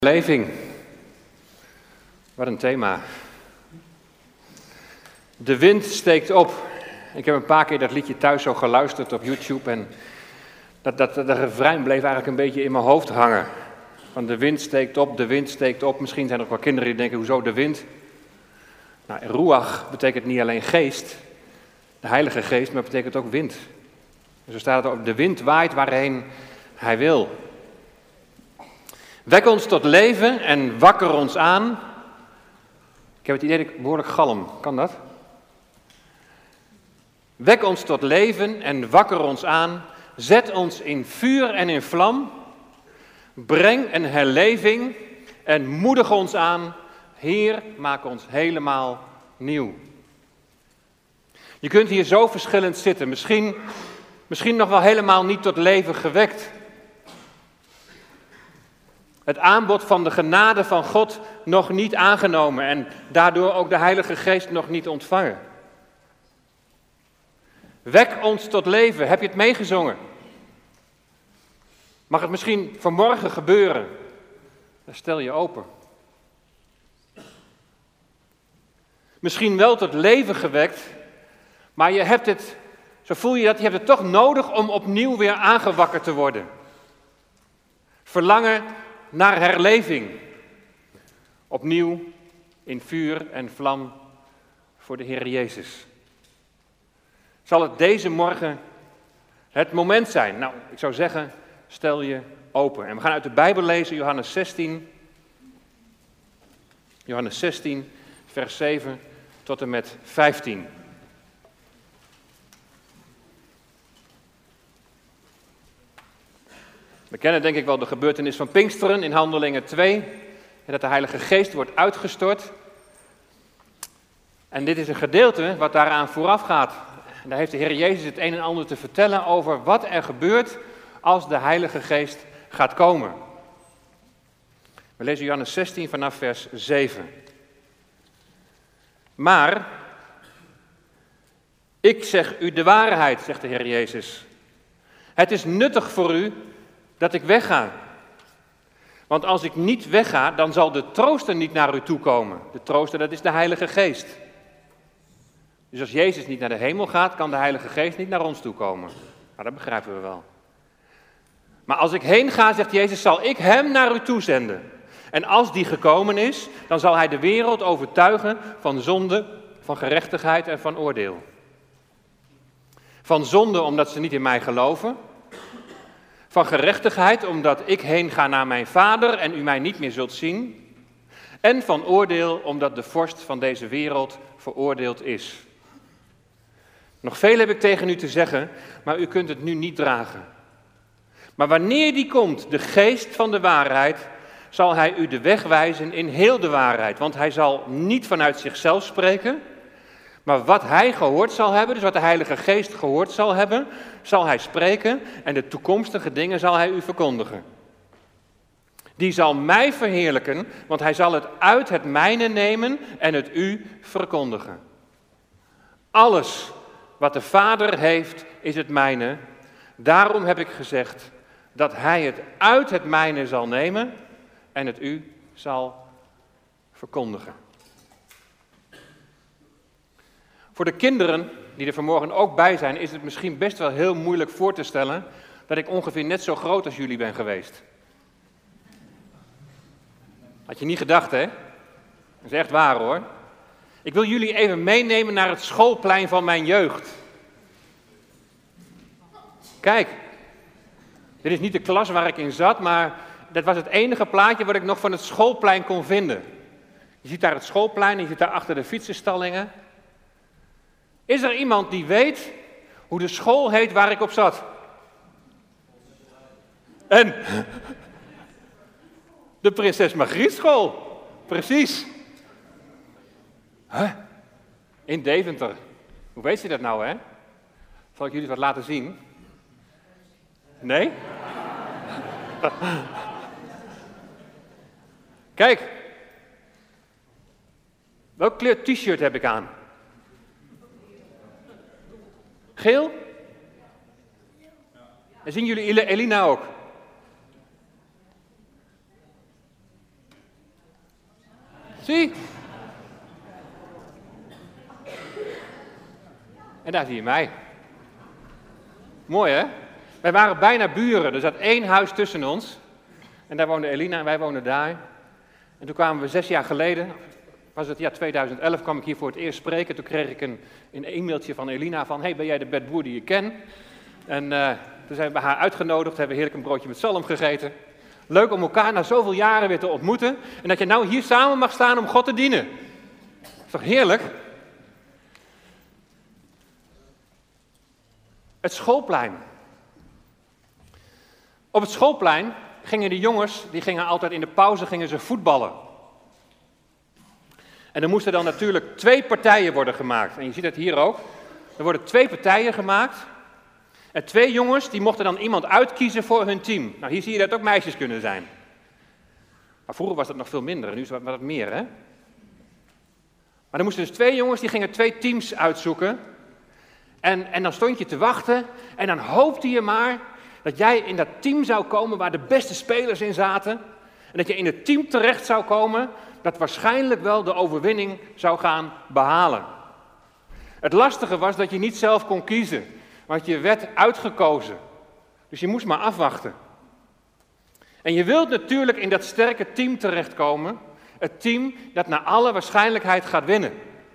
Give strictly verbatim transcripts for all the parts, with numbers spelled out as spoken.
Beleving. Wat een thema. De wind steekt op. Ik heb een paar keer dat liedje thuis zo geluisterd op YouTube en dat, dat, dat refrein bleef eigenlijk een beetje in mijn hoofd hangen. Van de wind steekt op, de wind steekt op. Misschien zijn er ook wel kinderen die denken, hoezo de wind? Nou, ruach betekent niet alleen geest, de heilige geest, maar betekent ook wind. Dus er staat er op, de wind waait waarheen hij wil. Wek ons tot leven en wakker ons aan. Ik heb het idee dat ik behoorlijk galm. Kan dat? Wek ons tot leven en wakker ons aan. Zet ons in vuur en in vlam. Breng een herleving en moedig ons aan. Heer, maak ons helemaal nieuw. Je kunt hier zo verschillend zitten. Misschien, misschien nog wel helemaal niet tot leven gewekt. Het aanbod van de genade van God nog niet aangenomen en daardoor ook de Heilige Geest nog niet ontvangen. Wek ons tot leven. Heb je het meegezongen? Mag het misschien vanmorgen gebeuren? Dan stel je open. Misschien wel tot leven gewekt, maar je hebt het, zo voel je dat, je hebt het toch nodig om opnieuw weer aangewakkerd te worden. Verlangen naar herleving. Opnieuw in vuur en vlam voor de Heer Jezus. Zal het deze morgen het moment zijn? Nou, ik zou zeggen, stel je open. En we gaan uit de Bijbel lezen, Johannes zestien. Johannes zestien, vers zeven tot en met vijftien. We kennen denk ik wel de gebeurtenis van Pinksteren in Handelingen twee. Dat de Heilige Geest wordt uitgestort. En dit is een gedeelte wat daaraan vooraf gaat. En daar heeft de Heer Jezus het een en ander te vertellen over wat er gebeurt als de Heilige Geest gaat komen. We lezen Johannes zestien vanaf vers zeven. Maar, ik zeg u de waarheid, zegt de Heer Jezus. Het is nuttig voor u dat ik wegga. Want als ik niet wegga, dan zal de trooster niet naar u toe komen. De trooster, dat is de Heilige Geest. Dus als Jezus niet naar de hemel gaat, kan de Heilige Geest niet naar ons toe komen. Nou, dat begrijpen we wel. Maar als ik heen ga, zegt Jezus, zal ik hem naar u toe zenden. En als die gekomen is, dan zal hij de wereld overtuigen van zonde, van gerechtigheid en van oordeel. Van zonde omdat ze niet in mij geloven. Van gerechtigheid, omdat ik heen ga naar mijn Vader en u mij niet meer zult zien. En van oordeel, omdat de vorst van deze wereld veroordeeld is. Nog veel heb ik tegen u te zeggen, maar u kunt het nu niet dragen. Maar wanneer die komt, de geest van de waarheid, zal hij u de weg wijzen in heel de waarheid. Want hij zal niet vanuit zichzelf spreken, maar wat hij gehoord zal hebben, dus wat de Heilige Geest gehoord zal hebben, zal hij spreken en de toekomstige dingen zal hij u verkondigen. Die zal mij verheerlijken, want hij zal het uit het mijne nemen en het u verkondigen. Alles wat de Vader heeft, is het mijne. Daarom heb ik gezegd dat hij het uit het mijne zal nemen en het u zal verkondigen. Voor de kinderen die er vanmorgen ook bij zijn, is het misschien best wel heel moeilijk voor te stellen dat ik ongeveer net zo groot als jullie ben geweest. Had je niet gedacht, hè? Dat is echt waar, hoor. Ik wil jullie even meenemen naar het schoolplein van mijn jeugd. Kijk, dit is niet de klas waar ik in zat, maar dat was het enige plaatje wat ik nog van het schoolplein kon vinden. Je ziet daar het schoolplein, je ziet daar achter de fietsenstallingen. Is er iemand die weet hoe de school heet waar ik op zat? En? De Prinses Margriet School. Precies. Huh? In Deventer. Hoe weet je dat nou, hè? Zal ik jullie wat laten zien? Nee? Kijk. Welk kleur t-shirt heb ik aan? Geel? En zien jullie Elina ook? Zie? En daar zie je mij. Mooi, hè? Wij waren bijna buren. Er zat één huis tussen ons. En daar woonde Elina en wij woonden daar. En toen kwamen we zes jaar geleden, was het jaar tweeduizend elf, kwam ik hier voor het eerst spreken. Toen kreeg ik een, een e-mailtje van Elina van, hey, ben jij de Bert Boer die je ken? En uh, toen zijn we bij haar uitgenodigd, hebben we heerlijk een broodje met zalm gegeten. Leuk om elkaar na zoveel jaren weer te ontmoeten. En dat je nou hier samen mag staan om God te dienen. Dat is toch heerlijk? Het schoolplein. Op het schoolplein gingen de jongens, die gingen altijd in de pauze gingen ze voetballen. En er moesten dan natuurlijk twee partijen worden gemaakt. En je ziet het hier ook. Er worden twee partijen gemaakt. En twee jongens, die mochten dan iemand uitkiezen voor hun team. Nou, hier zie je dat ook meisjes kunnen zijn. Maar vroeger was dat nog veel minder, en nu is het wat meer, hè? Maar er moesten dus twee jongens, die gingen twee teams uitzoeken. En, en dan stond je te wachten en dan hoopte je maar dat jij in dat team zou komen waar de beste spelers in zaten. En dat je in het team terecht zou komen dat waarschijnlijk wel de overwinning zou gaan behalen. Het lastige was dat je niet zelf kon kiezen, want je werd uitgekozen. Dus je moest maar afwachten. En je wilt natuurlijk in dat sterke team terechtkomen, het team dat naar alle waarschijnlijkheid gaat winnen.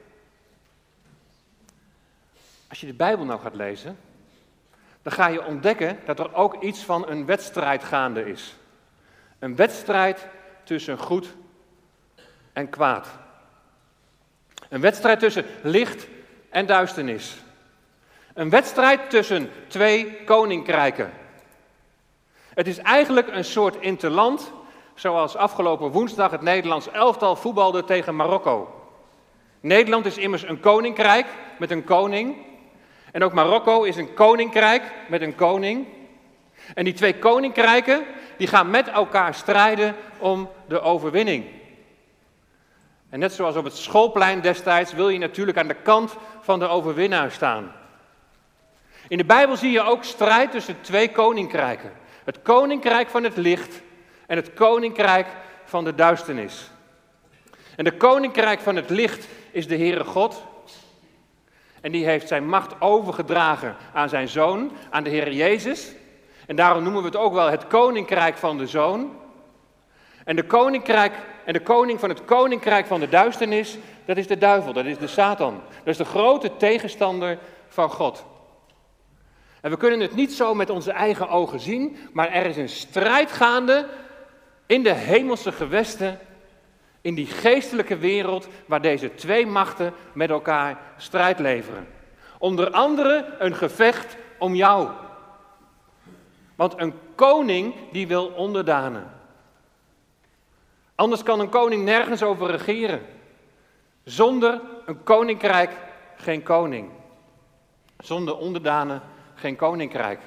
Als je de Bijbel nou gaat lezen, dan ga je ontdekken dat er ook iets van een wedstrijd gaande is. Een wedstrijd tussen goed en kwaad. Een wedstrijd tussen licht en duisternis. Een wedstrijd tussen twee koninkrijken. Het is eigenlijk een soort interland, zoals afgelopen woensdag het Nederlands elftal voetbalde tegen Marokko. Nederland is immers een koninkrijk met een koning. En ook Marokko is een koninkrijk met een koning. En die twee koninkrijken, die gaan met elkaar strijden om de overwinning. En net zoals op het schoolplein destijds wil je natuurlijk aan de kant van de overwinnaar staan. In de Bijbel zie je ook strijd tussen twee koninkrijken. Het koninkrijk van het licht en het koninkrijk van de duisternis. En de koninkrijk van het licht is de Heere God. En die heeft zijn macht overgedragen aan zijn Zoon, aan de Heer Jezus. En daarom noemen we het ook wel het koninkrijk van de Zoon. En de, koninkrijk, en de koning van het koninkrijk van de duisternis, dat is de duivel, dat is de Satan. Dat is de grote tegenstander van God. En we kunnen het niet zo met onze eigen ogen zien, maar er is een strijd gaande in de hemelse gewesten, in die geestelijke wereld waar deze twee machten met elkaar strijd leveren. Onder andere een gevecht om jou. Want een koning die wil onderdanen. Anders kan een koning nergens over regeren. Zonder een koninkrijk geen koning. Zonder onderdanen geen koninkrijk.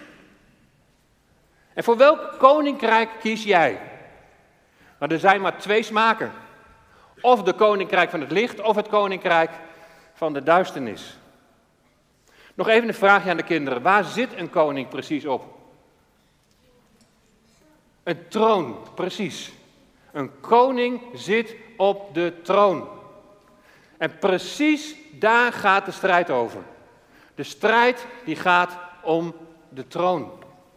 En voor welk koninkrijk kies jij? Maar er zijn maar twee smaken. Of de koninkrijk van het licht, of het koninkrijk van de duisternis. Nog even een vraagje aan de kinderen. Waar zit een koning precies op? Een troon, precies. Een koning zit op de troon. En precies daar gaat de strijd over. De strijd die gaat om de troon.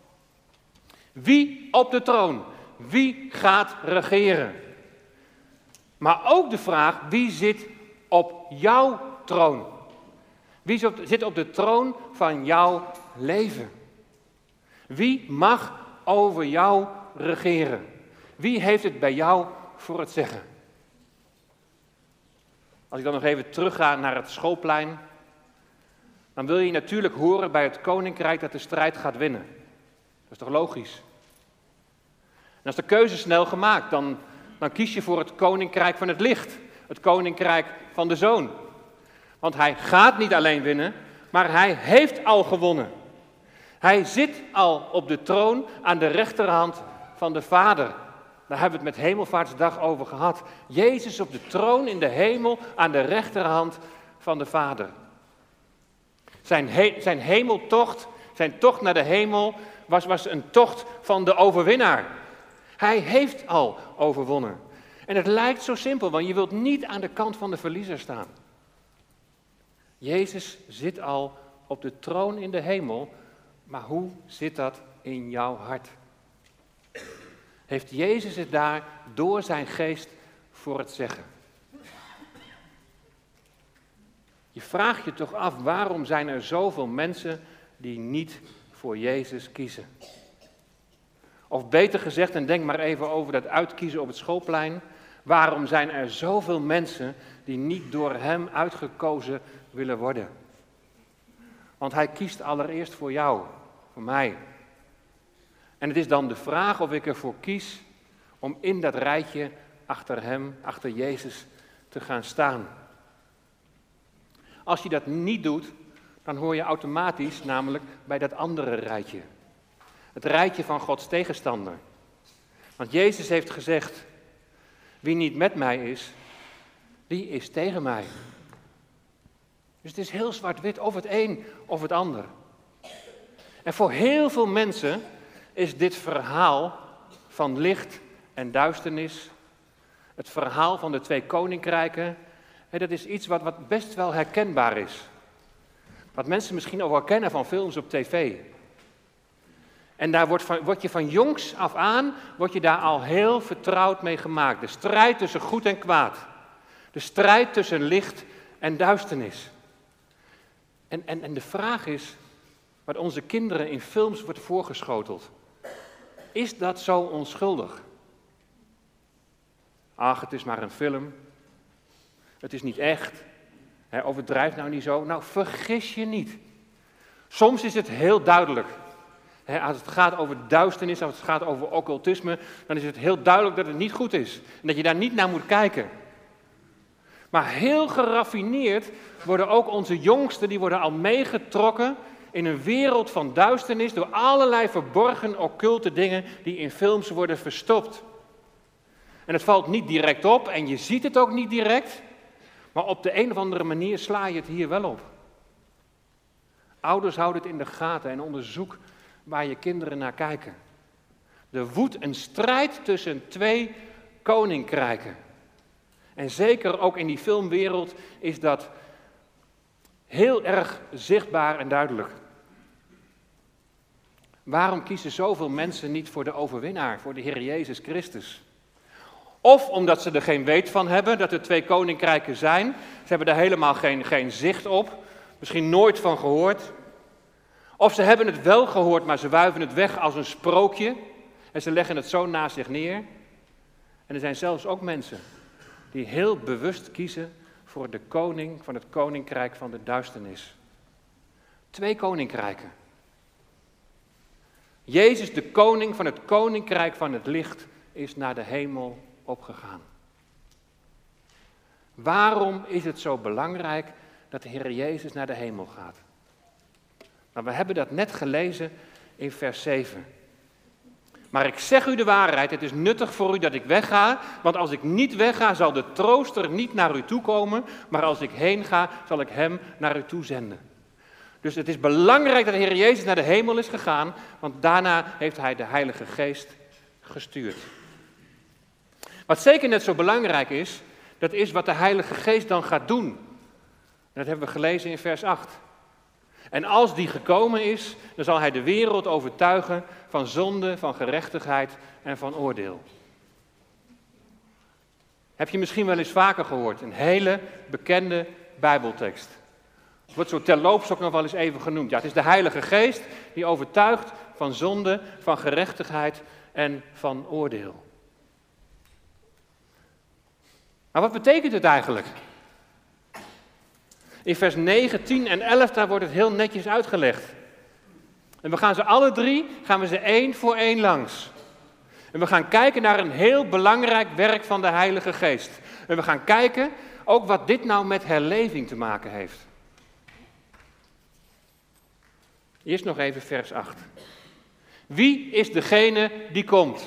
Wie op de troon? Wie gaat regeren? Maar ook de vraag, wie zit op jouw troon? Wie zit op de troon van jouw leven? Wie mag over jou regeren? Wie heeft het bij jou voor het zeggen? Als ik dan nog even terugga naar het schoolplein, dan wil je natuurlijk horen bij het koninkrijk dat de strijd gaat winnen. Dat is toch logisch? En als de keuze snel gemaakt, dan, dan kies je voor het koninkrijk van het licht. Het koninkrijk van de Zoon. Want hij gaat niet alleen winnen, maar hij heeft al gewonnen. Hij zit al op de troon aan de rechterhand van de Vader. Daar hebben we het met Hemelvaartsdag over gehad. Jezus op de troon in de hemel aan de rechterhand van de Vader. Zijn, he, zijn hemeltocht, zijn tocht naar de hemel was, was een tocht van de overwinnaar. Hij heeft al overwonnen. En het lijkt zo simpel, want je wilt niet aan de kant van de verliezer staan. Jezus zit al op de troon in de hemel, maar hoe zit dat in jouw hart? Heeft Jezus het daar door zijn geest voor het zeggen? Je vraagt je toch af, waarom zijn er zoveel mensen die niet voor Jezus kiezen? Of beter gezegd, en denk maar even over dat uitkiezen op het schoolplein. Waarom zijn er zoveel mensen die niet door hem uitgekozen willen worden? Want hij kiest allereerst voor jou, voor mij. En het is dan de vraag of ik ervoor kies om in dat rijtje achter hem, achter Jezus te gaan staan. Als je dat niet doet, dan hoor je automatisch namelijk bij dat andere rijtje. Het rijtje van Gods tegenstander. Want Jezus heeft gezegd, wie niet met mij is, die is tegen mij. Dus het is heel zwart-wit, of het een of het ander. En voor heel veel mensen is dit verhaal van licht en duisternis, het verhaal van de twee koninkrijken, hè, dat is iets wat, wat best wel herkenbaar is. Wat mensen misschien ook wel kennen van films op tv. En daar wordt, van, word je van jongs af aan, word je daar al heel vertrouwd mee gemaakt. De strijd tussen goed en kwaad. De strijd tussen licht en duisternis. En, en, en de vraag is, wat onze kinderen in films wordt voorgeschoteld. Is dat zo onschuldig? Ach, het is maar een film. Het is niet echt. He, overdrijf nou niet zo. Nou, vergis je niet. Soms is het heel duidelijk. He, als het gaat over duisternis, als het gaat over occultisme, dan is het heel duidelijk dat het niet goed is. En dat je daar niet naar moet kijken. Maar heel geraffineerd worden ook onze jongsten, die worden al meegetrokken in een wereld van duisternis door allerlei verborgen, occulte dingen die in films worden verstopt. En het valt niet direct op en je ziet het ook niet direct, maar op de een of andere manier sla je het hier wel op. Ouders houden het in de gaten en onderzoek waar je kinderen naar kijken. Er woedt een strijd tussen twee koninkrijken. En zeker ook in die filmwereld is dat heel erg zichtbaar en duidelijk. Waarom kiezen zoveel mensen niet voor de overwinnaar, voor de Heer Jezus Christus? Of omdat ze er geen weet van hebben, dat er twee koninkrijken zijn. Ze hebben daar helemaal geen, geen zicht op, misschien nooit van gehoord. Of ze hebben het wel gehoord, maar ze wuiven het weg als een sprookje. En ze leggen het zo naast zich neer. En er zijn zelfs ook mensen die heel bewust kiezen voor de koning van het koninkrijk van de duisternis. Twee koninkrijken. Jezus, de koning van het koninkrijk van het licht, is naar de hemel opgegaan. Waarom is het zo belangrijk dat de Heer Jezus naar de hemel gaat? Nou, we hebben dat net gelezen in vers zeven. Maar ik zeg u de waarheid, het is nuttig voor u dat ik wegga, want als ik niet wegga, zal de trooster niet naar u toe komen, maar als ik heen ga, zal ik hem naar u toe zenden. Dus het is belangrijk dat de Heer Jezus naar de hemel is gegaan, want daarna heeft hij de Heilige Geest gestuurd. Wat zeker net zo belangrijk is, dat is wat de Heilige Geest dan gaat doen. Dat hebben we gelezen in vers acht. En als die gekomen is, dan zal hij de wereld overtuigen van zonde, van gerechtigheid en van oordeel. Heb je misschien wel eens vaker gehoord, een hele bekende Bijbeltekst. Het wordt zo terloops ook nog wel eens even genoemd. Ja, het is de Heilige Geest die overtuigt van zonde, van gerechtigheid en van oordeel. Maar wat betekent het eigenlijk? In vers negen, tien en elf, daar wordt het heel netjes uitgelegd. En we gaan ze alle drie, gaan we ze één voor één langs. En we gaan kijken naar een heel belangrijk werk van de Heilige Geest. En we gaan kijken ook wat dit nou met herleving te maken heeft. Eerst nog even vers acht. Wie is degene die komt?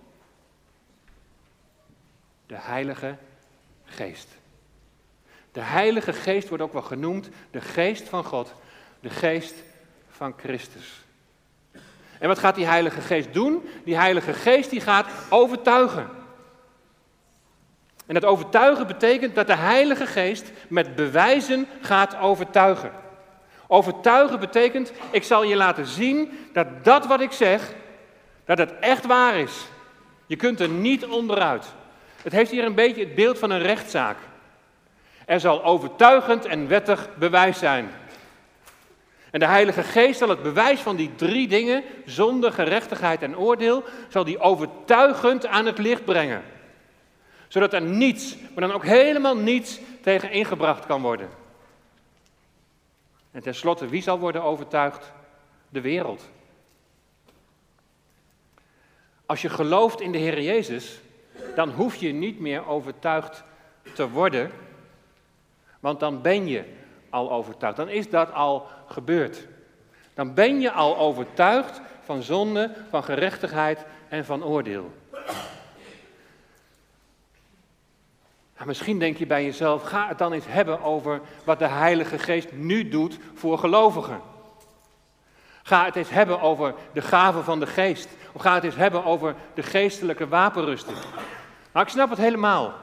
De Heilige Geest. De Heilige Geest wordt ook wel genoemd de Geest van God, de Geest van Christus. En wat gaat die Heilige Geest doen? Die Heilige Geest die gaat overtuigen. En dat overtuigen betekent dat de Heilige Geest met bewijzen gaat overtuigen. Overtuigen betekent, ik zal je laten zien dat dat wat ik zeg, dat het echt waar is. Je kunt er niet onderuit. Het heeft hier een beetje het beeld van een rechtszaak. Er zal overtuigend en wettig bewijs zijn. En de Heilige Geest zal het bewijs van die drie dingen, zonde, gerechtigheid en oordeel, zal die overtuigend aan het licht brengen. Zodat er niets, maar dan ook helemaal niets tegen ingebracht kan worden. En tenslotte, wie zal worden overtuigd? De wereld. Als je gelooft in de Heer Jezus, dan hoef je niet meer overtuigd te worden, want dan ben je al overtuigd. Dan is dat al gebeurd. Dan ben je al overtuigd van zonde, van gerechtigheid en van oordeel. Nou, misschien denk je bij jezelf, ga het dan eens hebben over wat de Heilige Geest nu doet voor gelovigen. Ga het eens hebben over de gaven van de Geest. Of ga het eens hebben over de geestelijke wapenrusting. Nou, ik snap het helemaal.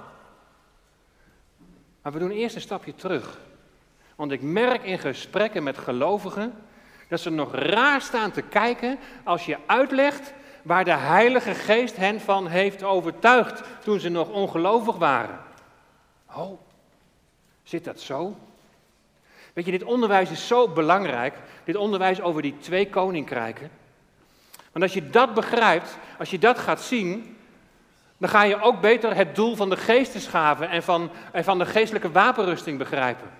Maar we doen eerst een stapje terug. Want ik merk in gesprekken met gelovigen dat ze nog raar staan te kijken als je uitlegt waar de Heilige Geest hen van heeft overtuigd toen ze nog ongelovig waren. Oh, zit dat zo? Weet je, dit onderwijs is zo belangrijk, dit onderwijs over die twee koninkrijken. Want als je dat begrijpt, als je dat gaat zien, dan ga je ook beter het doel van de geestesgaven en van, en van de geestelijke wapenrusting begrijpen.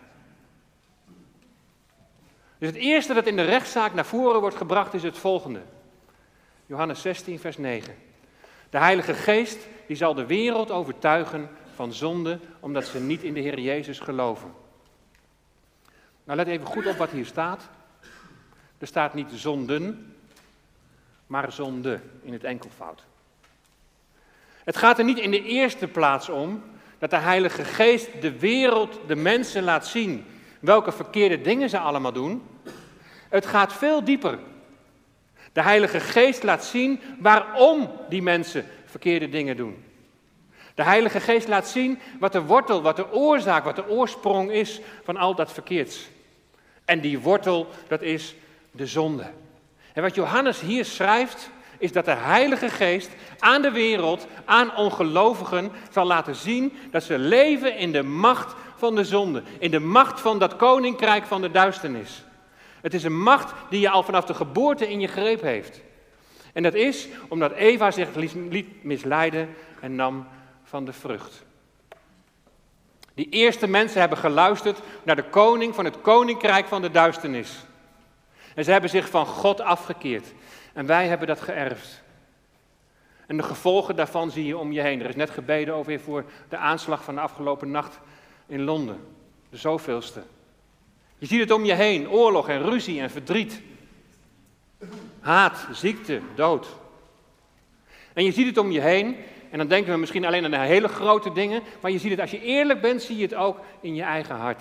Dus het eerste dat in de rechtszaak naar voren wordt gebracht is het volgende. Johannes zestien, vers negen. De Heilige Geest die zal de wereld overtuigen van zonde, omdat ze niet in de Heer Jezus geloven. Nou, let even goed op wat hier staat. Er staat niet zonden, maar zonde in het enkelvoud. Het gaat er niet in de eerste plaats om dat de Heilige Geest de wereld, de mensen laat zien welke verkeerde dingen ze allemaal doen. Het gaat veel dieper. De Heilige Geest laat zien waarom die mensen verkeerde dingen doen. De Heilige Geest laat zien wat de wortel, wat de oorzaak, wat de oorsprong is van al dat verkeerds. En die wortel, dat is de zonde. En wat Johannes hier schrijft, is dat de Heilige Geest aan de wereld, aan ongelovigen, zal laten zien dat ze leven in de macht van de zonde. In de macht van dat koninkrijk van de duisternis. Het is een macht die je al vanaf de geboorte in je greep heeft. En dat is omdat Eva zich liet misleiden en nam van de vrucht. Die eerste mensen hebben geluisterd naar de koning van het koninkrijk van de duisternis. En ze hebben zich van God afgekeerd. En wij hebben dat geërfd. En de gevolgen daarvan zie je om je heen. Er is net gebeden over weer voor de aanslag van de afgelopen nacht in Londen. De zoveelste. Je ziet het om je heen. Oorlog en ruzie en verdriet. Haat, ziekte, dood. En je ziet het om je heen. En dan denken we misschien alleen aan de hele grote dingen. Maar je ziet het, als je eerlijk bent, zie je het ook in je eigen hart.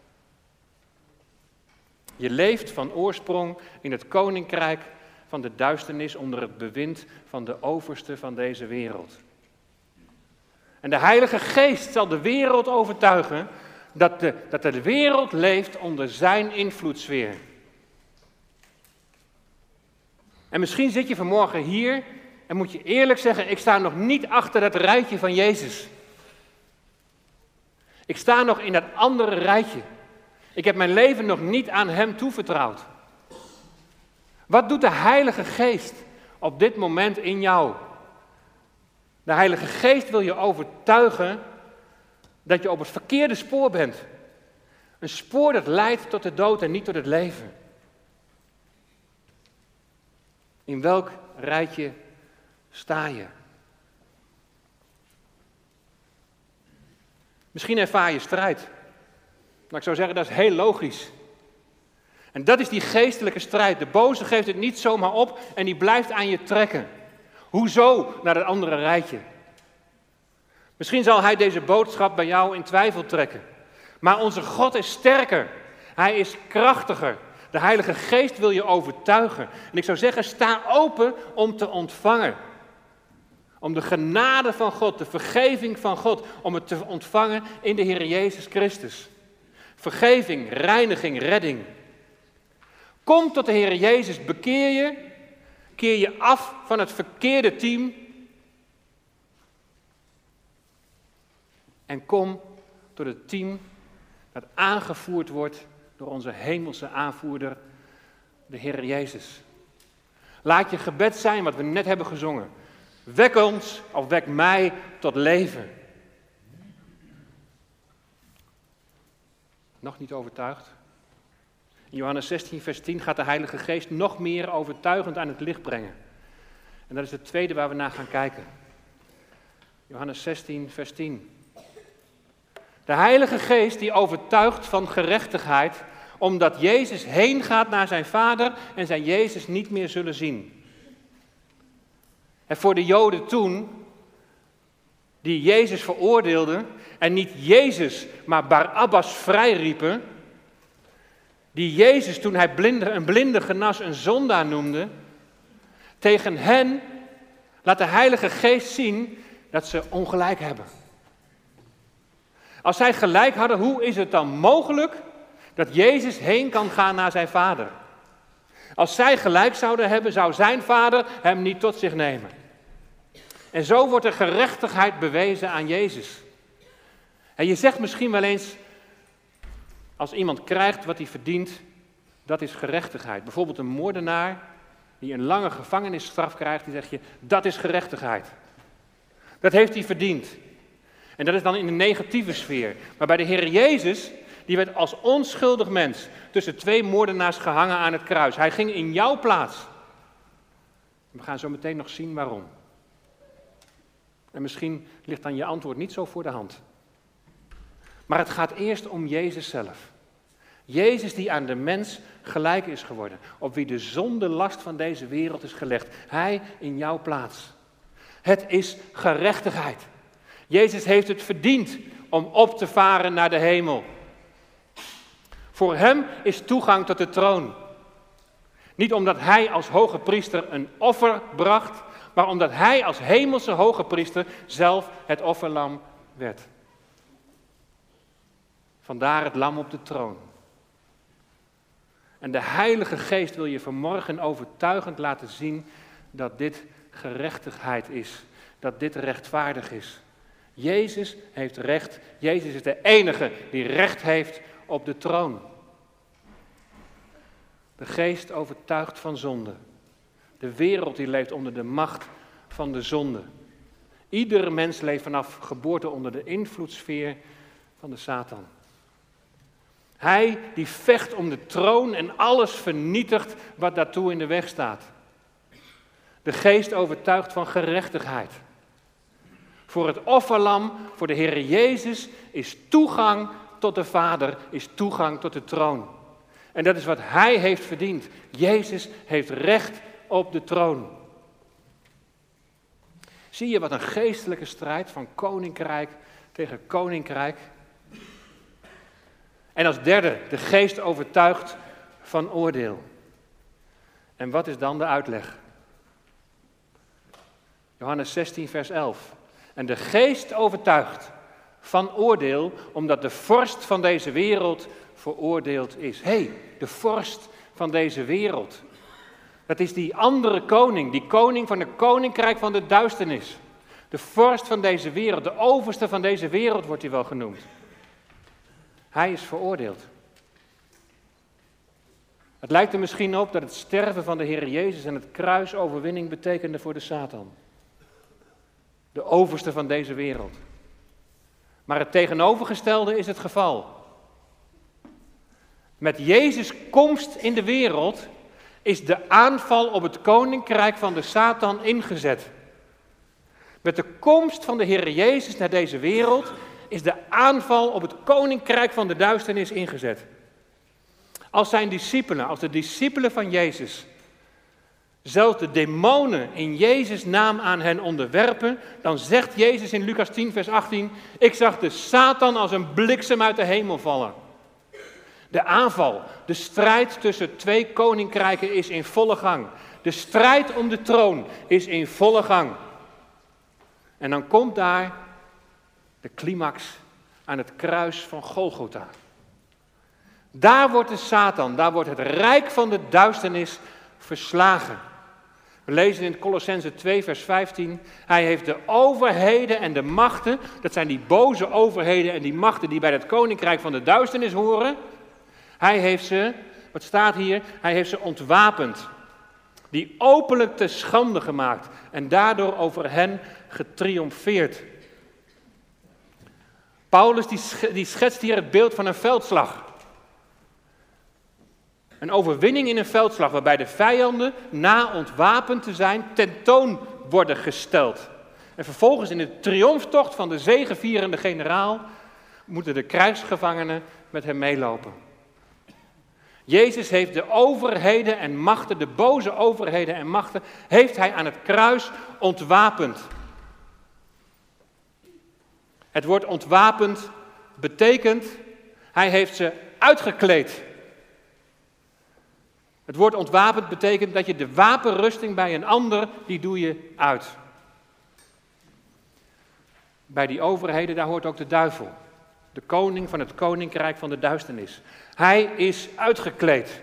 Je leeft van oorsprong in het koninkrijk van de duisternis onder het bewind van de overste van deze wereld. En de Heilige Geest zal de wereld overtuigen dat de, dat de wereld leeft onder zijn invloedssfeer. En misschien zit je vanmorgen hier en moet je eerlijk zeggen, ik sta nog niet achter dat rijtje van Jezus. Ik sta nog in dat andere rijtje. Ik heb mijn leven nog niet aan hem toevertrouwd. Wat doet de Heilige Geest op dit moment in jou? De Heilige Geest wil je overtuigen dat je op het verkeerde spoor bent. Een spoor dat leidt tot de dood en niet tot het leven. In welk rijtje sta je? Misschien ervaar je strijd. Maar ik zou zeggen, dat is heel logisch. En dat is die geestelijke strijd. De boze geeft het niet zomaar op en die blijft aan je trekken. Hoezo naar het andere rijtje? Misschien zal hij deze boodschap bij jou in twijfel trekken. Maar onze God is sterker. Hij is krachtiger. De Heilige Geest wil je overtuigen. En ik zou zeggen, sta open om te ontvangen. Om de genade van God, de vergeving van God, om het te ontvangen in de Heer Jezus Christus. Vergeving, reiniging, redding. Kom tot de Heer Jezus, bekeer je, keer je af van het verkeerde team en kom tot het team dat aangevoerd wordt door onze hemelse aanvoerder, de Heer Jezus. Laat je gebed zijn wat we net hebben gezongen. Wek ons, of wek mij tot leven. Nog niet overtuigd? In Johannes zestien, vers tien gaat de Heilige Geest nog meer overtuigend aan het licht brengen. En dat is het tweede waar we naar gaan kijken. Johannes zestien, vers tien. De Heilige Geest die overtuigt van gerechtigheid, omdat Jezus heen gaat naar zijn Vader en zij Jezus niet meer zullen zien. En voor de Joden toen, die Jezus veroordeelden en niet Jezus, maar Barabbas vrijriepen, die Jezus toen hij blinde, een blinde genas een zondaar noemde, tegen hen laat de Heilige Geest zien dat ze ongelijk hebben. Als zij gelijk hadden, hoe is het dan mogelijk dat Jezus heen kan gaan naar zijn Vader? Als zij gelijk zouden hebben, zou zijn Vader hem niet tot zich nemen. En zo wordt er gerechtigheid bewezen aan Jezus. En je zegt misschien wel eens, als iemand krijgt wat hij verdient, dat is gerechtigheid. Bijvoorbeeld een moordenaar die een lange gevangenisstraf krijgt, die zeg je, dat is gerechtigheid. Dat heeft hij verdiend. En dat is dan in de negatieve sfeer. Maar bij de Heer Jezus, die werd als onschuldig mens tussen twee moordenaars gehangen aan het kruis. Hij ging in jouw plaats. We gaan zo meteen nog zien waarom. En misschien ligt dan je antwoord niet zo voor de hand. Maar het gaat eerst om Jezus zelf. Jezus die aan de mens gelijk is geworden. Op wie de zondelast van deze wereld is gelegd. Hij in jouw plaats. Het is gerechtigheid. Jezus heeft het verdiend om op te varen naar de hemel. Voor hem is toegang tot de troon. Niet omdat hij als hoge priester een offer bracht, maar omdat hij als hemelse hoge priester zelf het offerlam werd. Vandaar het lam op de troon. En de Heilige Geest wil je vanmorgen overtuigend laten zien dat dit gerechtigheid is. Dat dit rechtvaardig is. Jezus heeft recht. Jezus is de enige die recht heeft op de troon. De Geest overtuigt van zonde. De wereld die leeft onder de macht van de zonde. Ieder mens leeft vanaf geboorte onder de invloedssfeer van de Satan. Hij die vecht om de troon en alles vernietigt wat daartoe in de weg staat. De Geest overtuigt van gerechtigheid. Voor het offerlam, voor de Heer Jezus, is toegang tot de Vader, is toegang tot de troon. En dat is wat Hij heeft verdiend. Jezus heeft recht op de troon. Zie je wat een geestelijke strijd van koninkrijk tegen koninkrijk? En als derde, de Geest overtuigt van oordeel. En wat is dan de uitleg? Johannes zestien, vers elf. En de Geest overtuigt van oordeel, omdat de vorst van deze wereld veroordeeld is. Hé, hey, de vorst van deze wereld. Dat is die andere koning, die koning van het koninkrijk van de duisternis. De vorst van deze wereld, de overste van deze wereld wordt hij wel genoemd. Hij is veroordeeld. Het lijkt er misschien op dat het sterven van de Heer Jezus en het kruis overwinning betekende voor de Satan. De overste van deze wereld. Maar het tegenovergestelde is het geval. Met Jezus' komst in de wereld is de aanval op het koninkrijk van de Satan ingezet. Met de komst van de Heer Jezus naar deze wereld is de aanval op het koninkrijk van de duisternis ingezet. Als zijn discipelen, als de discipelen van Jezus, zelfs de demonen in Jezus' naam aan hen onderwerpen, dan zegt Jezus in Lucas tien, vers achttien, ik zag de Satan als een bliksem uit de hemel vallen. De aanval, de strijd tussen twee koninkrijken is in volle gang. De strijd om de troon is in volle gang. En dan komt daar de climax aan het kruis van Golgotha. Daar wordt de Satan, daar wordt het rijk van de duisternis verslagen. We lezen in Kolossenzen twee vers vijftien, hij heeft de overheden en de machten, dat zijn die boze overheden en die machten die bij het koninkrijk van de duisternis horen. Hij heeft ze, wat staat hier, hij heeft ze ontwapend, die openlijk te schande gemaakt en daardoor over hen getriomfeerd. Paulus die, die schetst hier het beeld van een veldslag. Een overwinning in een veldslag waarbij de vijanden, na ontwapend te zijn, tentoon worden gesteld. En vervolgens in de triomftocht van de zegevierende generaal moeten de krijgsgevangenen met hem meelopen. Jezus heeft de overheden en machten, de boze overheden en machten, heeft hij aan het kruis ontwapend. Het woord ontwapend betekent, hij heeft ze uitgekleed. Het woord ontwapend betekent dat je de wapenrusting bij een ander, die doe je uit. Bij die overheden, daar hoort ook de duivel. De koning van het koninkrijk van de duisternis. Hij is uitgekleed.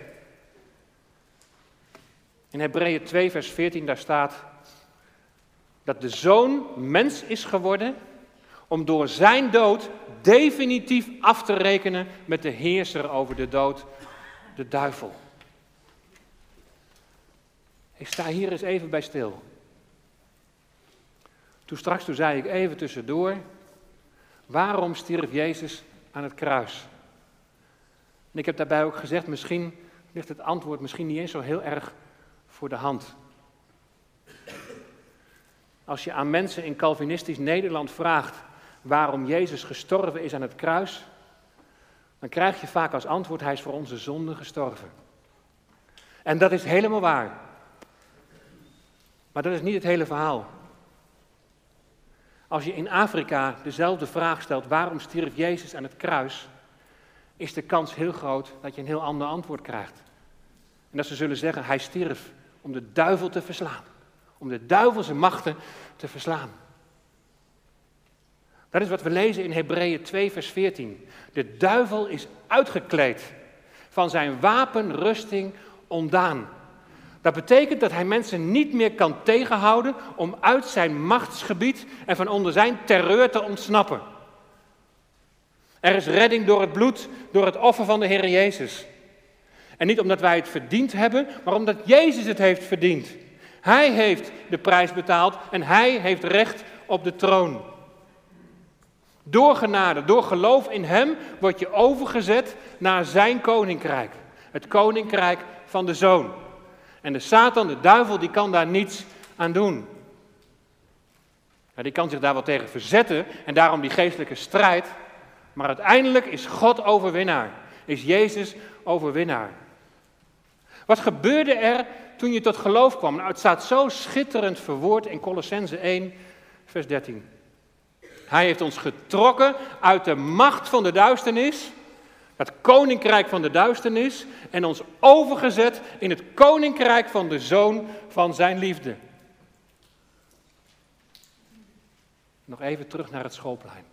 In Hebreeën twee vers veertien, daar staat dat de zoon mens is geworden om door zijn dood definitief af te rekenen met de heerser over de dood, de duivel. Ik sta hier eens even bij stil. Toen straks, toen zei ik even tussendoor, waarom stierf Jezus aan het kruis? En ik heb daarbij ook gezegd, misschien ligt het antwoord misschien niet eens zo heel erg voor de hand. Als je aan mensen in Calvinistisch Nederland vraagt waarom Jezus gestorven is aan het kruis, dan krijg je vaak als antwoord, hij is voor onze zonde gestorven. En dat is helemaal waar. Maar dat is niet het hele verhaal. Als je in Afrika dezelfde vraag stelt, waarom stierf Jezus aan het kruis, is de kans heel groot dat je een heel ander antwoord krijgt. En dat ze zullen zeggen, hij stierf om de duivel te verslaan. Om de duivelse machten te verslaan. Dat is wat we lezen in Hebreeën twee vers veertien. De duivel is uitgekleed, van zijn wapenrusting ontdaan. Dat betekent dat hij mensen niet meer kan tegenhouden om uit zijn machtsgebied en van onder zijn terreur te ontsnappen. Er is redding door het bloed, door het offer van de Heer Jezus. En niet omdat wij het verdiend hebben, maar omdat Jezus het heeft verdiend. Hij heeft de prijs betaald en hij heeft recht op de troon. Door genade, door geloof in hem, word je overgezet naar zijn koninkrijk. Het koninkrijk van de Zoon. En de Satan, de duivel, die kan daar niets aan doen. Ja, die kan zich daar wel tegen verzetten en daarom die geestelijke strijd. Maar uiteindelijk is God overwinnaar. Is Jezus overwinnaar. Wat gebeurde er toen je tot geloof kwam? Nou, het staat zo schitterend verwoord in Kolossenzen één, vers dertien. Hij heeft ons getrokken uit de macht van de duisternis, het koninkrijk van de duisternis, en ons overgezet in het koninkrijk van de Zoon van zijn liefde. Nog even terug naar het schoolplein.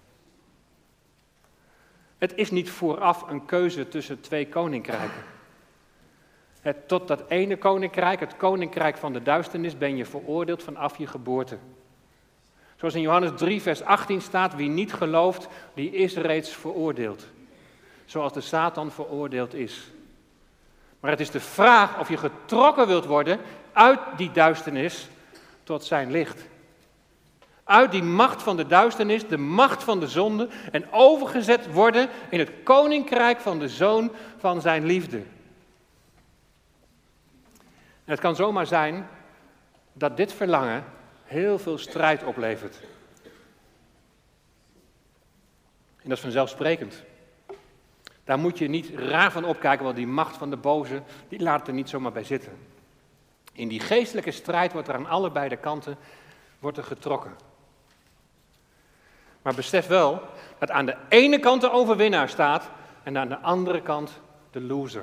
Het is niet vooraf een keuze tussen twee koninkrijken. Het, tot dat ene koninkrijk, het koninkrijk van de duisternis, ben je veroordeeld vanaf je geboorte. Zoals in Johannes drie vers achttien staat, wie niet gelooft, die is reeds veroordeeld. Zoals de Satan veroordeeld is. Maar het is de vraag of je getrokken wilt worden uit die duisternis tot zijn licht. Uit die macht van de duisternis, de macht van de zonde, en overgezet worden in het koninkrijk van de Zoon van zijn liefde. En het kan zomaar zijn dat dit verlangen heel veel strijd oplevert. En dat is vanzelfsprekend. Daar moet je niet raar van opkijken, want die macht van de boze, die laat er niet zomaar bij zitten. In die geestelijke strijd wordt er aan allebei de kanten wordt er getrokken. Maar besef wel dat aan de ene kant de overwinnaar staat en aan de andere kant de loser.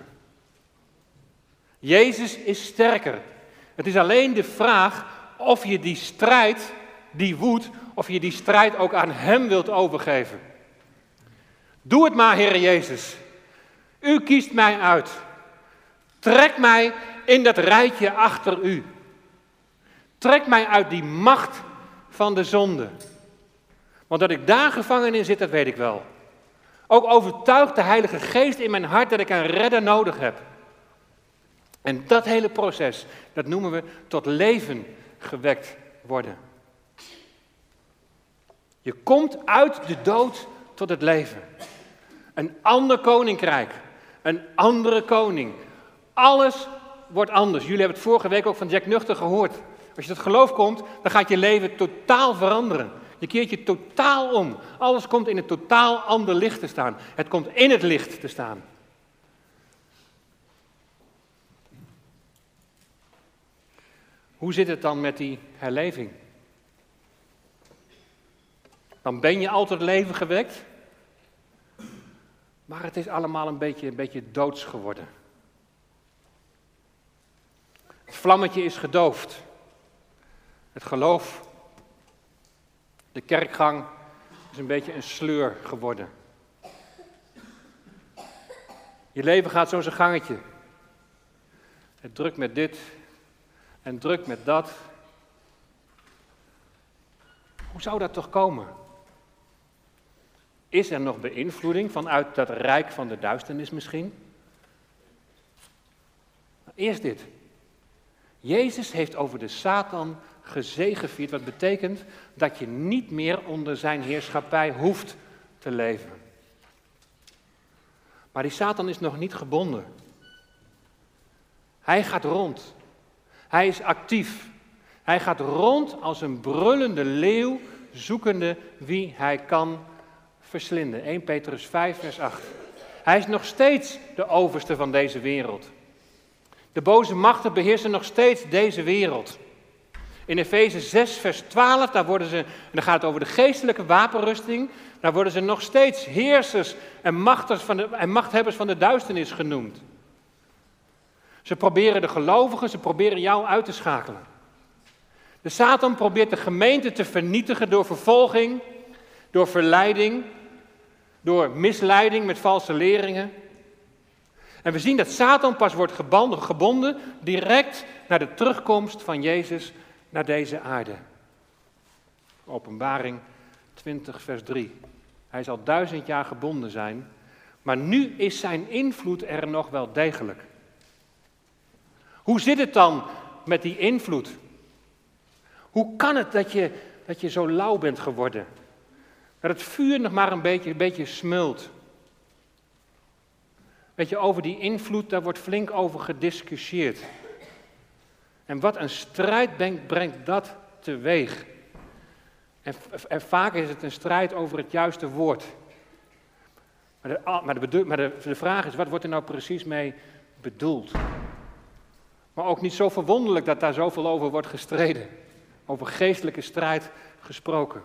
Jezus is sterker. Het is alleen de vraag of je die strijd, die woedt, of je die strijd ook aan hem wilt overgeven. Doe het maar, Heer Jezus. U kiest mij uit. Trek mij in dat rijtje achter u. Trek mij uit die macht van de zonde. Want dat ik daar gevangen in zit, dat weet ik wel. Ook overtuigt de Heilige Geest in mijn hart dat ik een redder nodig heb. En dat hele proces, dat noemen we tot leven gewekt worden. Je komt uit de dood tot het leven. Een ander koninkrijk, een andere koning. Alles wordt anders. Jullie hebben het vorige week ook van Jack Nuchter gehoord. Als je tot geloof komt, dan gaat je leven totaal veranderen. Je keert je totaal om. Alles komt in een totaal ander licht te staan. Het komt in het licht te staan. Hoe zit het dan met die herleving? Dan ben je al tot leven gewekt. Maar het is allemaal een beetje, een beetje doods geworden. Het vlammetje is gedoofd. Het geloof, de kerkgang is een beetje een sleur geworden. Je leven gaat zo zijn gangetje. Het drukt met dit en drukt met dat. Hoe zou dat toch komen? Is er nog beïnvloeding vanuit dat rijk van de duisternis misschien? Eerst dit. Jezus heeft over de Satan gezegevierd, wat betekent dat je niet meer onder zijn heerschappij hoeft te leven. Maar die Satan is nog niet gebonden. Hij gaat rond. Hij is actief. Hij gaat rond als een brullende leeuw, zoekende wie hij kan verslinden. Eerste Petrus vijf, vers acht. Hij is nog steeds de overste van deze wereld. De boze machten beheersen nog steeds deze wereld. In Efeze zes, vers twaalf, daar worden ze, en dan gaat het over de geestelijke wapenrusting, daar worden ze nog steeds heersers en, machters van de, en machthebbers van de duisternis genoemd. Ze proberen de gelovigen, ze proberen jou uit te schakelen. De Satan probeert de gemeente te vernietigen door vervolging, door verleiding, door misleiding met valse leringen. En we zien dat Satan pas wordt gebonden, gebonden direct naar de terugkomst van Jezus naar deze aarde. Openbaring twintig, vers drie. Hij zal duizend jaar gebonden zijn, maar nu is zijn invloed er nog wel degelijk. Hoe zit het dan met die invloed? Hoe kan het dat je, dat je zo lauw bent geworden? Dat het vuur nog maar een beetje, een beetje smult. Weet je, over die invloed, daar wordt flink over gediscussieerd. En wat een strijd brengt, brengt dat teweeg. En, en vaak is het een strijd over het juiste woord. Maar, de, maar, de, maar de, de vraag is, wat wordt er nou precies mee bedoeld? Maar ook niet zo verwonderlijk dat daar zoveel over wordt gestreden. Over geestelijke strijd gesproken.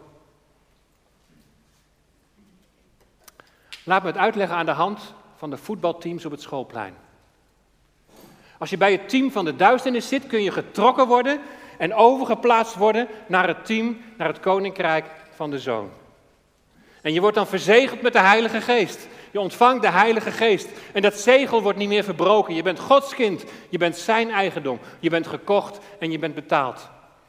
Laat me het uitleggen aan de hand van de voetbalteams op het schoolplein. Als je bij het team van de duisternis zit, kun je getrokken worden en overgeplaatst worden naar het team, naar het koninkrijk van de Zoon. En je wordt dan verzegeld met de Heilige Geest. Je ontvangt de Heilige Geest. En dat zegel wordt niet meer verbroken. Je bent Gods kind. Je bent zijn eigendom. Je bent gekocht en je bent betaald.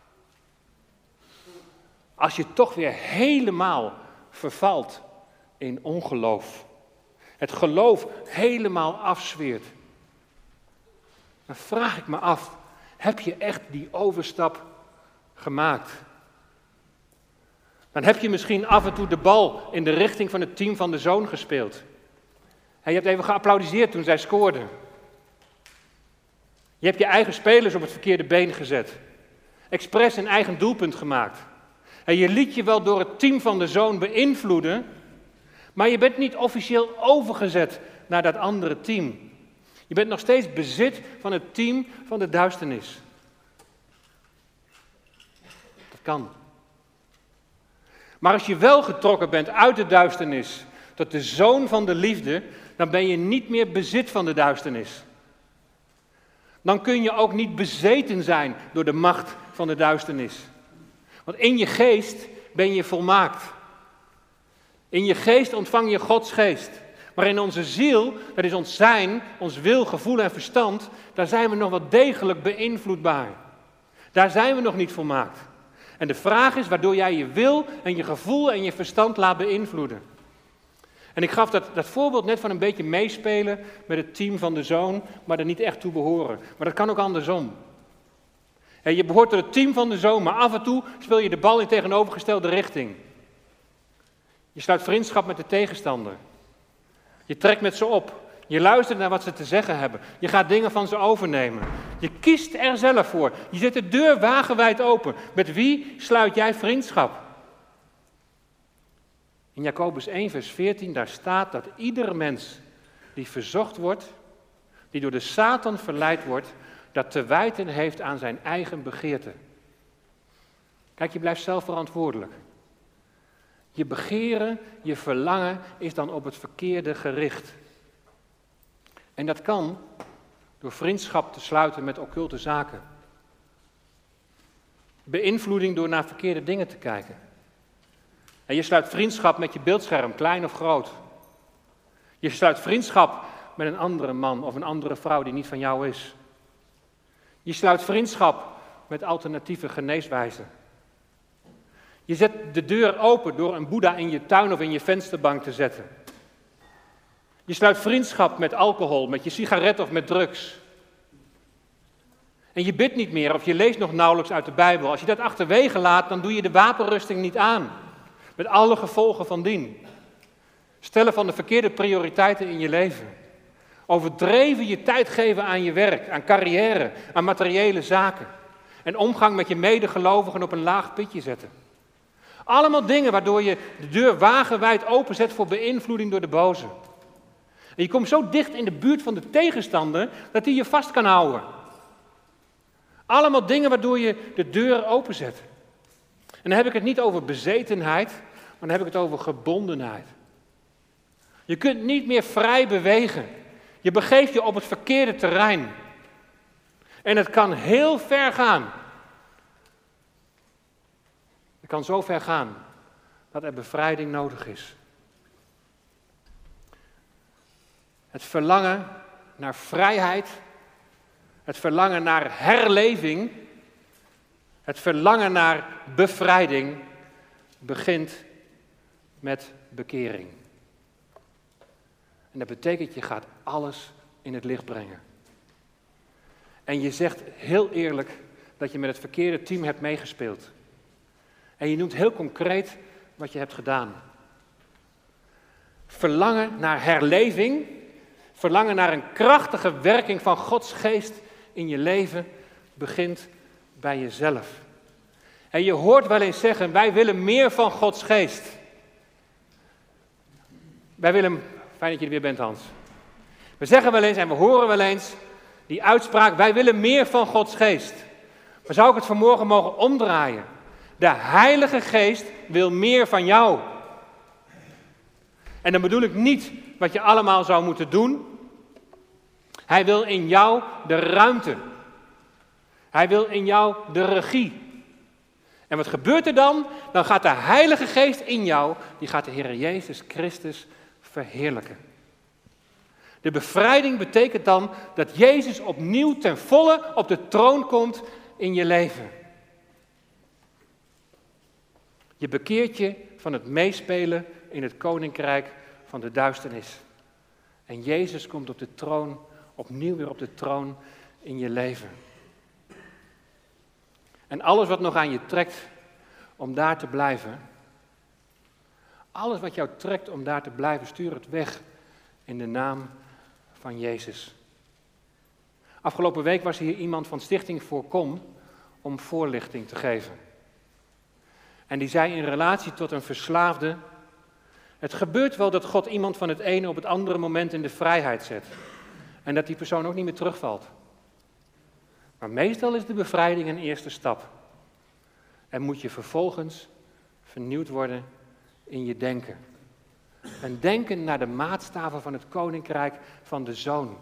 Als je toch weer helemaal vervalt in ongeloof. Het geloof helemaal afzweert. Dan vraag ik me af, heb je echt die overstap gemaakt? Dan heb je misschien af en toe de bal in de richting van het team van de Zoon gespeeld. En je hebt even geapplaudiseerd toen zij scoorden. Je hebt je eigen spelers op het verkeerde been gezet. Expres een eigen doelpunt gemaakt. En je liet je wel door het team van de Zoon beïnvloeden, maar je bent niet officieel overgezet naar dat andere team. Je bent nog steeds bezit van het team van de duisternis. Dat kan. Maar als je wel getrokken bent uit de duisternis tot de zoon van de liefde, dan ben je niet meer bezit van de duisternis. Dan kun je ook niet bezeten zijn door de macht van de duisternis. Want in je geest ben je volmaakt. In je geest ontvang je Gods geest. Maar in onze ziel, dat is ons zijn, ons wil, gevoel en verstand, daar zijn we nog wel degelijk beïnvloedbaar. Daar zijn we nog niet volmaakt. En de vraag is waardoor jij je wil en je gevoel en je verstand laat beïnvloeden. En ik gaf dat, dat voorbeeld net van een beetje meespelen met het team van de zoon, maar er niet echt toe behoren. Maar dat kan ook andersom. En je behoort tot het team van de zoon, maar af en toe speel je de bal in tegenovergestelde richting. Je sluit vriendschap met de tegenstander. Je trekt met ze op. Je luistert naar wat ze te zeggen hebben. Je gaat dingen van ze overnemen. Je kiest er zelf voor. Je zet de deur wagenwijd open. Met wie sluit jij vriendschap? In Jacobus één vers veertien, daar staat dat iedere mens die verzocht wordt, die door de Satan verleid wordt, dat te wijten heeft aan zijn eigen begeerte. Kijk, je blijft zelf verantwoordelijk. Je begeren, je verlangen is dan op het verkeerde gericht. En dat kan door vriendschap te sluiten met occulte zaken. Beïnvloeding door naar verkeerde dingen te kijken. En je sluit vriendschap met je beeldscherm, klein of groot. Je sluit vriendschap met een andere man of een andere vrouw die niet van jou is. Je sluit vriendschap met alternatieve geneeswijzen. Je zet de deur open door een boeddha in je tuin of in je vensterbank te zetten. Je sluit vriendschap met alcohol, met je sigaret of met drugs. En je bidt niet meer of je leest nog nauwelijks uit de Bijbel. Als je dat achterwege laat, dan doe je de wapenrusting niet aan. Met alle gevolgen van dien. Stellen van de verkeerde prioriteiten in je leven. Overdreven je tijd geven aan je werk, aan carrière, aan materiële zaken. En omgang met je medegelovigen op een laag pitje zetten. Allemaal dingen waardoor je de deur wagenwijd openzet voor beïnvloeding door de boze. En je komt zo dicht in de buurt van de tegenstander dat hij je vast kan houden. Allemaal dingen waardoor je de deur openzet. En dan heb ik het niet over bezetenheid, maar dan heb ik het over gebondenheid. Je kunt niet meer vrij bewegen. Je begeeft je op het verkeerde terrein. En het kan heel ver gaan. Het kan zo ver gaan dat er bevrijding nodig is. Het verlangen naar vrijheid, het verlangen naar herleving, het verlangen naar bevrijding begint met bekering. En dat betekent, je gaat alles in het licht brengen. En je zegt heel eerlijk dat je met het verkeerde team hebt meegespeeld. En je noemt heel concreet wat je hebt gedaan. Verlangen naar herleving, verlangen naar een krachtige werking van Gods geest in je leven begint bij jezelf. En je hoort wel eens zeggen, wij willen meer van Gods geest. Wij willen, fijn dat je er weer bent, Hans. We zeggen wel eens en we horen wel eens die uitspraak, wij willen meer van Gods geest. Maar zou ik het vanmorgen mogen omdraaien? De Heilige Geest wil meer van jou. En dan bedoel ik niet wat je allemaal zou moeten doen. Hij wil in jou de ruimte. Hij wil in jou de regie. En wat gebeurt er dan? Dan gaat de Heilige Geest in jou, die gaat de Heer Jezus Christus verheerlijken. De bevrijding betekent dan dat Jezus opnieuw ten volle op de troon komt in je leven. Je bekeert je van het meespelen in het koninkrijk van de duisternis. En Jezus komt op de troon, opnieuw weer op de troon in je leven. En alles wat nog aan je trekt om daar te blijven, alles wat jou trekt om daar te blijven, stuur het weg in de naam van Jezus. Afgelopen week was hier iemand van Stichting Voorkom om voorlichting te geven. En die zei in relatie tot een verslaafde, het gebeurt wel dat God iemand van het ene op het andere moment in de vrijheid zet. En dat die persoon ook niet meer terugvalt. Maar meestal is de bevrijding een eerste stap. En moet je vervolgens vernieuwd worden in je denken. Een denken naar de maatstaven van het koninkrijk van de Zoon.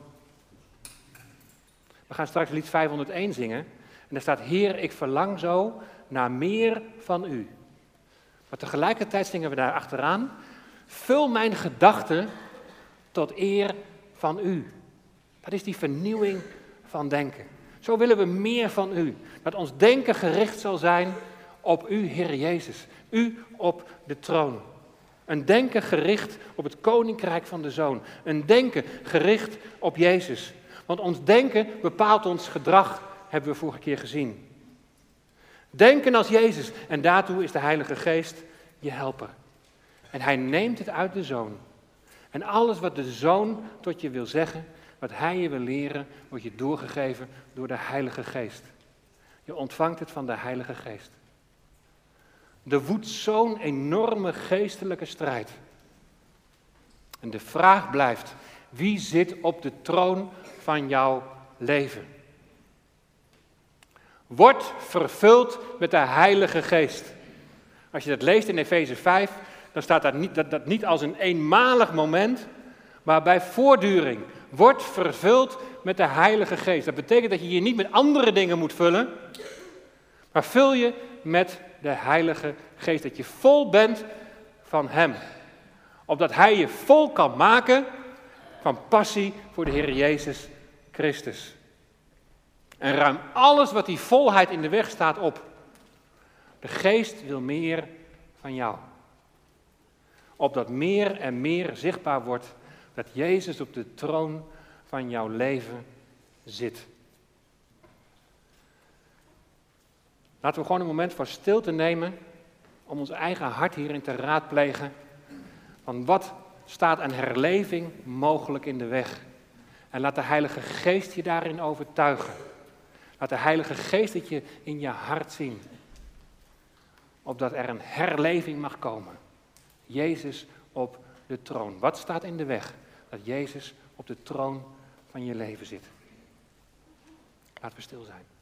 We gaan straks lied vijfhonderdéén zingen. En daar staat, Heer, ik verlang zo naar meer van u. Maar tegelijkertijd zingen we daar achteraan, vul mijn gedachten tot eer van u. Dat is die vernieuwing van denken. Zo willen we meer van u. Dat ons denken gericht zal zijn op u, Heer Jezus. U op de troon. Een denken gericht op het koninkrijk van de Zoon. Een denken gericht op Jezus. Want ons denken bepaalt ons gedrag, hebben we vorige keer gezien. Denken als Jezus. En daartoe is de Heilige Geest je helper. En hij neemt het uit de Zoon. En alles wat de Zoon tot je wil zeggen, wat hij je wil leren, wordt je doorgegeven door de Heilige Geest. Je ontvangt het van de Heilige Geest. Er woedt zo'n enorme geestelijke strijd. En de vraag blijft, wie zit op de troon van jouw leven? Word vervuld met de Heilige Geest. Als je dat leest in Efeze vijf, dan staat dat niet, dat, dat niet als een eenmalig moment, maar bij voortduring. Word vervuld met de Heilige Geest. Dat betekent dat je je niet met andere dingen moet vullen, maar vul je met de Heilige Geest. Dat je vol bent van Hem. Opdat Hij je vol kan maken van passie voor de Heer Jezus Christus. En ruim alles wat die volheid in de weg staat op. De Geest wil meer van jou. Opdat meer en meer zichtbaar wordt dat Jezus op de troon van jouw leven zit. Laten we gewoon een moment van stilte nemen om ons eigen hart hierin te raadplegen. Van wat staat een herleving mogelijk in de weg? En laat de Heilige Geest je daarin overtuigen. Laat de Heilige Geest het je in je hart zien. Opdat er een herleving mag komen. Jezus op de troon. Wat staat in de weg? Dat Jezus op de troon van je leven zit. Laten we stil zijn.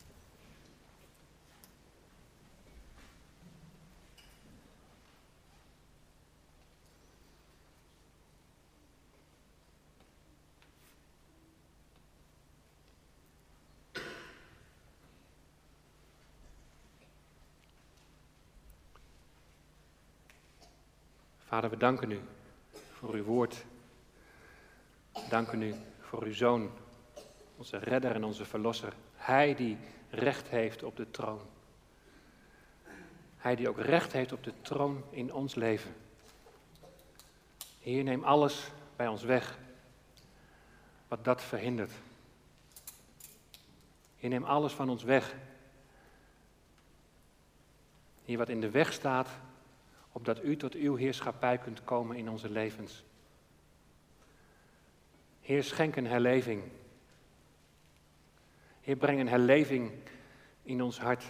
Vader, we danken u voor uw woord. We danken u voor uw Zoon, onze redder en onze verlosser. Hij die recht heeft op de troon. Hij die ook recht heeft op de troon in ons leven. Heer, neem alles bij ons weg wat dat verhindert. Heer, neem alles van ons weg. Heer, wat in de weg staat, opdat u tot uw heerschappij kunt komen in onze levens. Heer, schenk een herleving. Heer, breng een herleving in ons hart.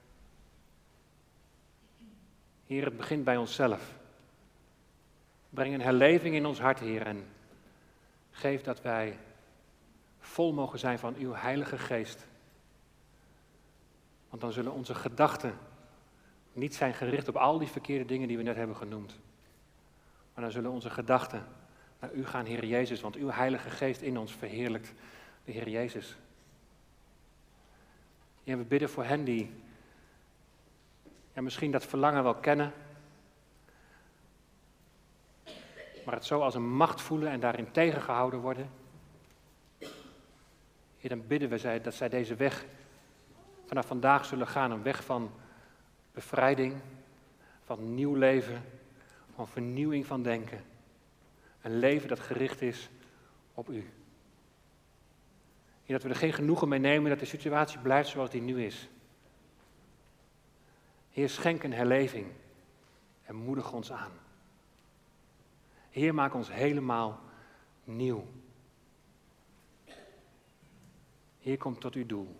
Heer, het begint bij onszelf. Breng een herleving in ons hart, Heer, en geef dat wij vol mogen zijn van uw Heilige Geest. Want dan zullen onze gedachten niet zijn gericht op al die verkeerde dingen die we net hebben genoemd. Maar dan zullen onze gedachten naar u gaan, Heer Jezus, want uw Heilige Geest in ons verheerlijkt de Heer Jezus. En we bidden voor hen die ja, misschien dat verlangen wel kennen, maar het zo als een macht voelen en daarin tegengehouden worden. Heer, dan bidden we zij dat zij deze weg vanaf vandaag zullen gaan, een weg van bevrijding, van nieuw leven, van vernieuwing van denken. Een leven dat gericht is op u. Heer, dat we er geen genoegen mee nemen dat de situatie blijft zoals die nu is. Heer, schenk een herleving en moedig ons aan. Heer, maak ons helemaal nieuw. Heer, kom tot uw doel.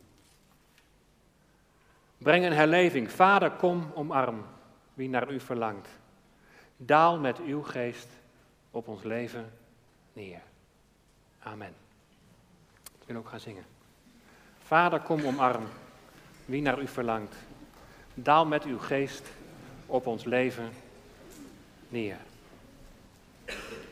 Breng een herleving. Vader, kom, omarm wie naar u verlangt. Daal met uw geest op ons leven neer. Amen. Ik wil ook gaan zingen. Vader, kom, omarm wie naar u verlangt. Daal met uw geest op ons leven neer.